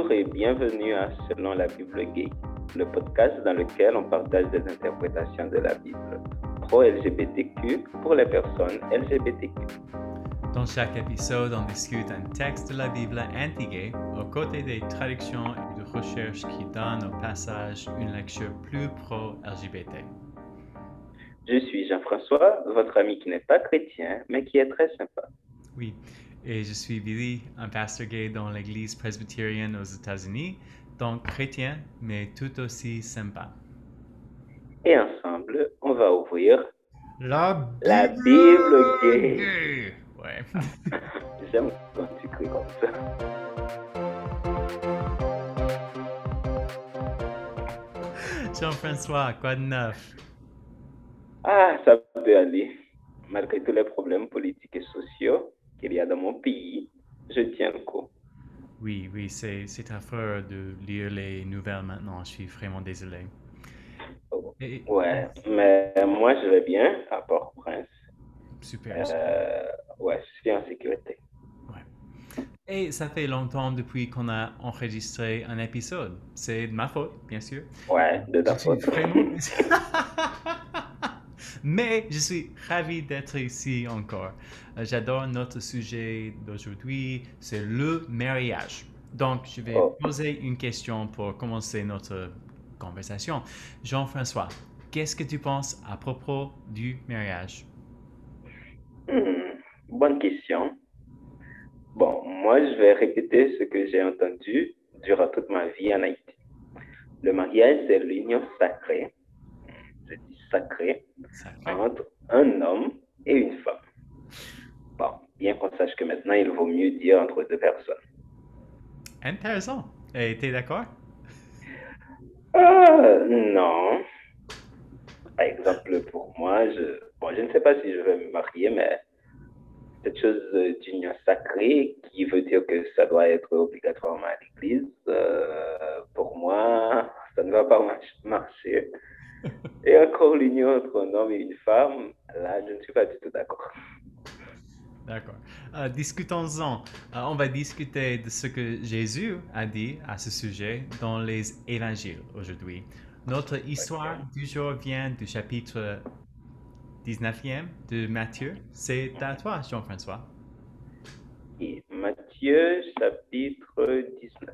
Bonjour et bienvenue à Selon la Bible Gay, le podcast dans lequel on partage des interprétations de la Bible pro-LGBTQ pour les personnes LGBTQ. Dans chaque épisode, on discute un texte de la Bible anti-gay aux côtés des traductions et de recherches qui donnent au passage une lecture plus pro-LGBT. Je suis Jean-François, votre ami qui n'est pas chrétien, mais qui est très sympa. Oui, et je suis Billy, un pasteur gay dans l'église presbytérienne aux États-Unis, donc chrétien, mais tout aussi sympa. Et ensemble, on va ouvrir La Bible gay. Ouais. J'aime quand tu cries comme ça. Jean-François, quoi de neuf? Ah, ça peut aller. Malgré tous les problèmes politiques et sociaux qu'il y a dans mon pays, je tiens le coup. Oui, c'est affreux de lire les nouvelles maintenant. Je suis vraiment désolé. Ouais, mais moi je vais bien à Port-au-Prince. Super. Ouais, je suis en sécurité. Ouais. Et ça fait longtemps depuis qu'on a enregistré un épisode. C'est de ma faute, bien sûr. Ouais, de ta faute. Mais je suis ravi d'être ici encore. J'adore notre sujet d'aujourd'hui, c'est le mariage. Donc, je vais poser une question pour commencer notre conversation. Jean-François, qu'est-ce que tu penses à propos du mariage? Bonne question. Bon, moi, je vais répéter ce que j'ai entendu durant toute ma vie en Haïti. Le mariage, c'est l'union sacrée, je dis sacrée, entre un homme et une femme. Bon, bien qu'on sache que maintenant, il vaut mieux dire entre deux personnes. Intéressant. Et t'es d'accord? Non. Par exemple, pour moi, je ne sais pas si je vais me marier, mais cette chose d'union sacrée qui veut dire que ça doit être obligatoirement à l'église, pour moi, ça ne va pas marcher. Et encore l'union entre un homme et une femme, là, je ne suis pas du tout d'accord. D'accord. Discutons-en. On va discuter de ce que Jésus a dit à ce sujet dans les évangiles aujourd'hui. Notre histoire du jour vient du chapitre 19e de Matthieu. C'est à toi, Jean-François. Et Matthieu, chapitre 19.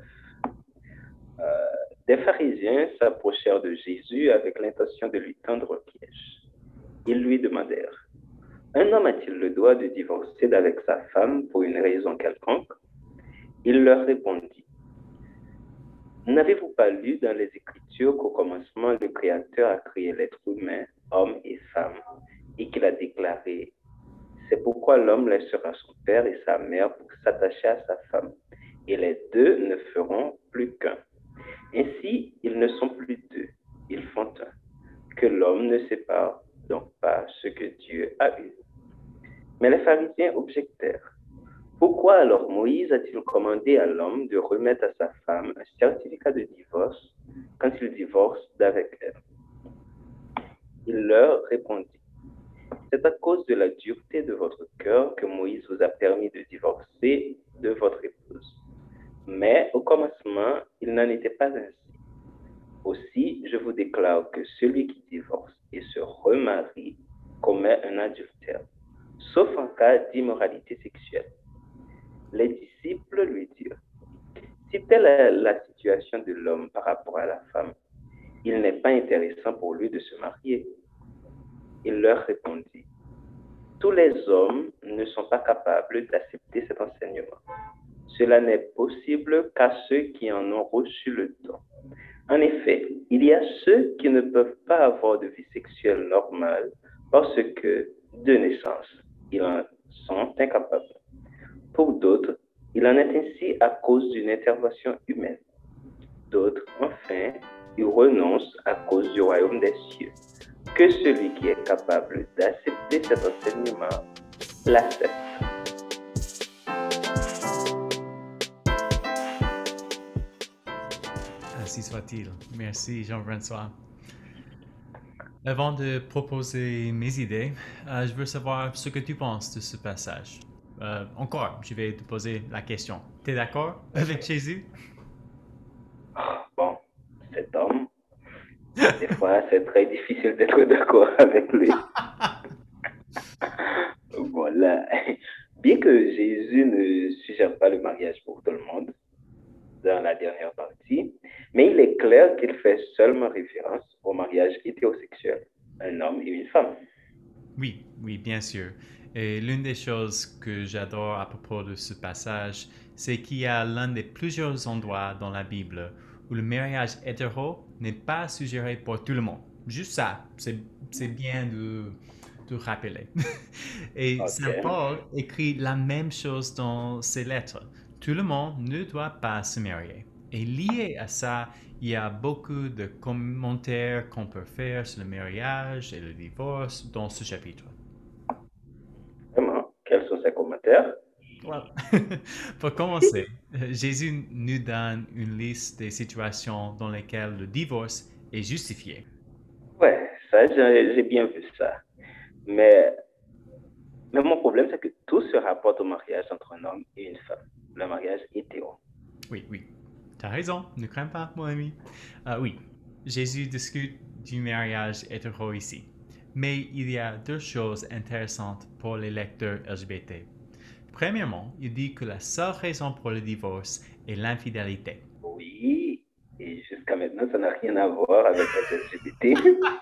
Des pharisiens s'approchèrent de Jésus avec l'intention de lui tendre un piège. Ils lui demandèrent: un homme a-t-il le droit de divorcer d'avec sa femme pour une raison quelconque? Il leur répondit: n'avez-vous pas lu dans les Écritures qu'au commencement, le Créateur a créé l'être humain, homme et femme, et qu'il a déclaré: c'est pourquoi l'homme laissera son père et sa mère pour s'attacher à sa femme, et les deux ne feront plus qu'un. Ainsi, ils ne sont plus deux, ils font un. Que l'homme ne sépare donc pas ce que Dieu a uni. Mais les pharisiens objectèrent: pourquoi alors Moïse a-t-il commandé à l'homme de remettre à sa femme un certificat de divorce quand il divorce d'avec elle? Il leur répondit: c'est à cause de la dureté de votre cœur que Moïse vous a permis de divorcer de votre épouse. Mais au commencement, il n'en était pas ainsi. Aussi, je vous déclare que celui qui divorce et se remarie commet un adultère, sauf en cas d'immoralité sexuelle. Les disciples lui dirent: si telle est la situation de l'homme par rapport à la femme, il n'est pas intéressant pour lui de se marier. Il leur répondit: tous les hommes ne sont pas capables d'accepter cet enseignement. Cela n'est possible qu'à ceux qui en ont reçu le don. En effet, il y a ceux qui ne peuvent pas avoir de vie sexuelle normale parce que, de naissance, ils en sont incapables. Pour d'autres, il en est ainsi à cause d'une intervention humaine. D'autres, enfin, y renoncent à cause du royaume des cieux. Que celui qui est capable d'accepter cet enseignement l'accepte. Ainsi soit-il. Merci, Jean-François. Avant de proposer mes idées, je veux savoir ce que tu penses de ce passage. Encore, je vais te poser la question. T'es d'accord avec Jésus? Des fois, c'est très difficile d'être d'accord avec lui. Voilà. Bien que Jésus ne suggère pas le mariage pour tout le monde dans la dernière partie, mais il est clair qu'il fait seulement référence au mariage hétérosexuel, un homme et une femme. Oui, oui, bien sûr. Et l'une des choses que j'adore à propos de ce passage, c'est qu'il y a l'un des plusieurs endroits dans la Bible où le mariage hétéro n'est pas suggéré pour tout le monde. Juste ça, c'est bien de rappeler. Et Saint OK. Paul écrit la même chose dans ses lettres. Tout le monde ne doit pas se marier. Et lié à ça, il y a beaucoup de commentaires qu'on peut faire sur le mariage et le divorce dans ce chapitre. Vraiment, quels sont ses commentaires? Well, pour commencer, Jésus nous donne une liste des situations dans lesquelles le divorce est justifié. Ouais, ça, j'ai bien vu ça. Mais, mais mon problème, c'est que tout se rapporte au mariage entre un homme et une femme, le mariage hétéro. Oui, oui, tu as raison, ne crains pas, mon ami. Oui, Jésus discute du mariage hétéro ici. Mais il y a deux choses intéressantes pour les lecteurs LGBT. Premièrement, il dit que la seule raison pour le divorce est l'infidélité. Oui, et jusqu'à maintenant, ça n'a rien à voir avec les LGBT.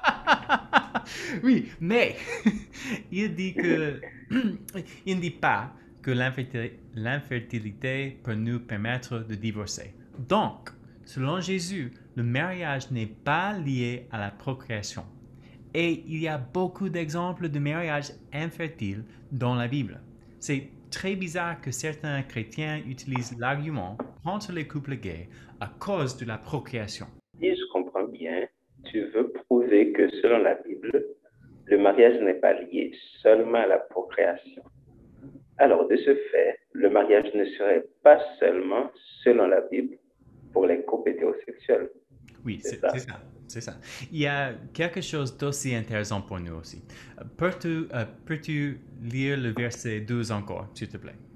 Oui, mais il dit que il ne dit pas que l'infertilité peut nous permettre de divorcer. Donc, selon Jésus, le mariage n'est pas lié à la procréation. Et il y a beaucoup d'exemples de mariages infertiles dans la Bible. C'est très bizarre que certains chrétiens utilisent l'argument contre les couples gays à cause de la procréation. Si je comprends bien, tu veux prouver que selon la Bible, le mariage n'est pas lié seulement à la procréation. Alors, de ce fait, le mariage ne serait pas seulement, selon la Bible, pour les couples hétérosexuels. Oui, C'est c'est ça. ça, c'est ça. Il y a quelque chose d'aussi intéressant pour nous aussi. Peux-tu lire le verset 12 encore, s'il te plaît?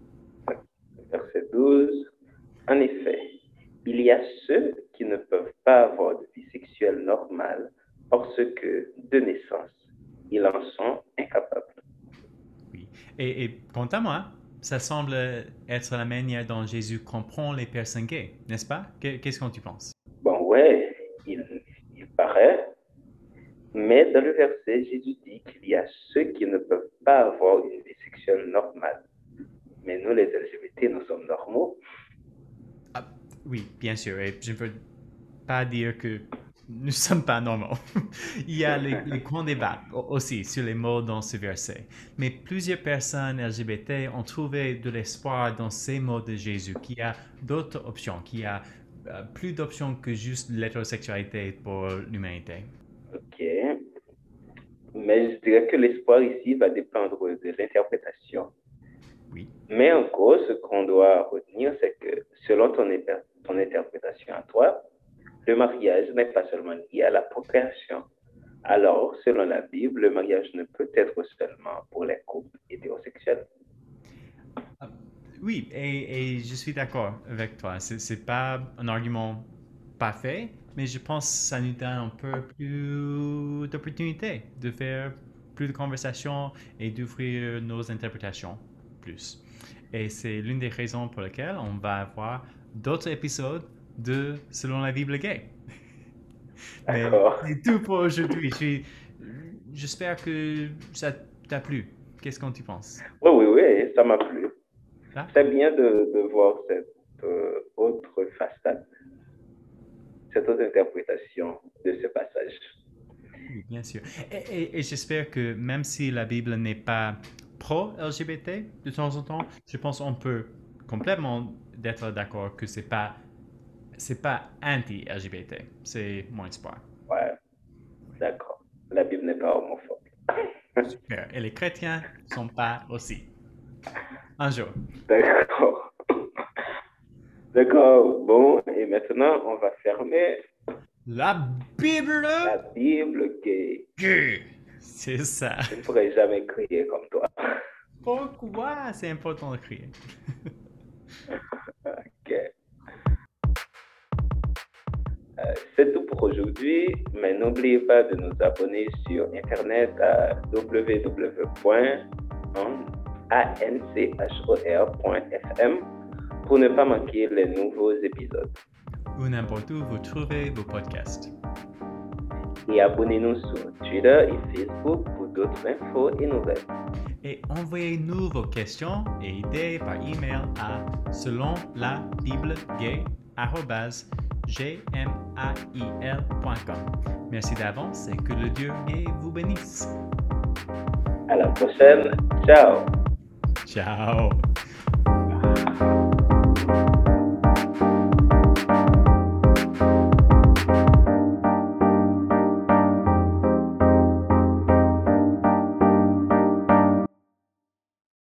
Verset 12. En effet, il y a ceux qui ne peuvent pas avoir de vie sexuelle normale parce que, de naissance, ils en sont incapables. Oui. Et quant à moi, ça semble être la manière dont Jésus comprend les personnes gays, n'est-ce pas? Qu'est-ce que tu penses? Bon, ouais, il paraît, mais dans le verset, Jésus dit qu'il y a ceux qui ne peuvent pas avoir une vie sexuelle normale. Mais nous, les LGBT, nous sommes normaux. Ah, oui, bien sûr. Et je ne veux pas dire que nous ne sommes pas normaux. Il y a les grands débats aussi sur les mots dans ce verset. Mais plusieurs personnes LGBT ont trouvé de l'espoir dans ces mots de Jésus, qu'il y a d'autres options, qu'il y a plus d'options que juste l'hétérosexualité pour l'humanité. OK. Mais je dirais que l'espoir ici va dépendre de l'interprétation. Oui. Mais en gros, ce qu'on doit retenir, c'est que selon ton interprétation à toi, le mariage n'est pas seulement lié à la procréation. Alors, selon la Bible, le mariage ne peut être seulement pour les couples hétérosexuels. Ah, oui, et je suis d'accord avec toi. C'est pas un argument parfait, mais je pense que ça nous donne un peu plus d'opportunités de faire plus de conversations et d'ouvrir nos interprétations plus. Et c'est l'une des raisons pour lesquelles on va avoir d'autres épisodes de Selon la Bible gay. Mais D'accord. c'est tout pour aujourd'hui. J'espère que ça t'a plu. Qu'est-ce que tu penses? Oui, oui, oui, ça m'a plu. C'est Parfait. bien de voir autre façade, cette autre interprétation de ce passage. Oui, bien sûr. Et j'espère que même si la Bible n'est pas pro-LGBT de temps en temps, je pense qu'on peut complètement d'être d'accord que c'est pas anti-LGBT. C'est mon espoir. Ouais, d'accord. La Bible n'est pas homophobe. Super. Et les chrétiens sont pas aussi. Un jour. D'accord. D'accord. Bon, et maintenant, on va fermer La Bible la Bible que gay. C'est ça. je ne pourrai jamais crier comme toi. Pourquoi c'est important de crier? Ok. C'est tout pour aujourd'hui, mais n'oubliez pas de nous abonner sur Internet à www.anchor.fm pour ne pas manquer les nouveaux épisodes. Ou n'importe où vous trouvez vos podcasts. Et abonnez-nous sur Twitter et Facebook pour d'autres infos et nouvelles. Et envoyez-nous vos questions et idées par email à selonlabible@gmail.com. Merci d'avance et que le Dieu vous bénisse. À la prochaine. Ciao. Ciao.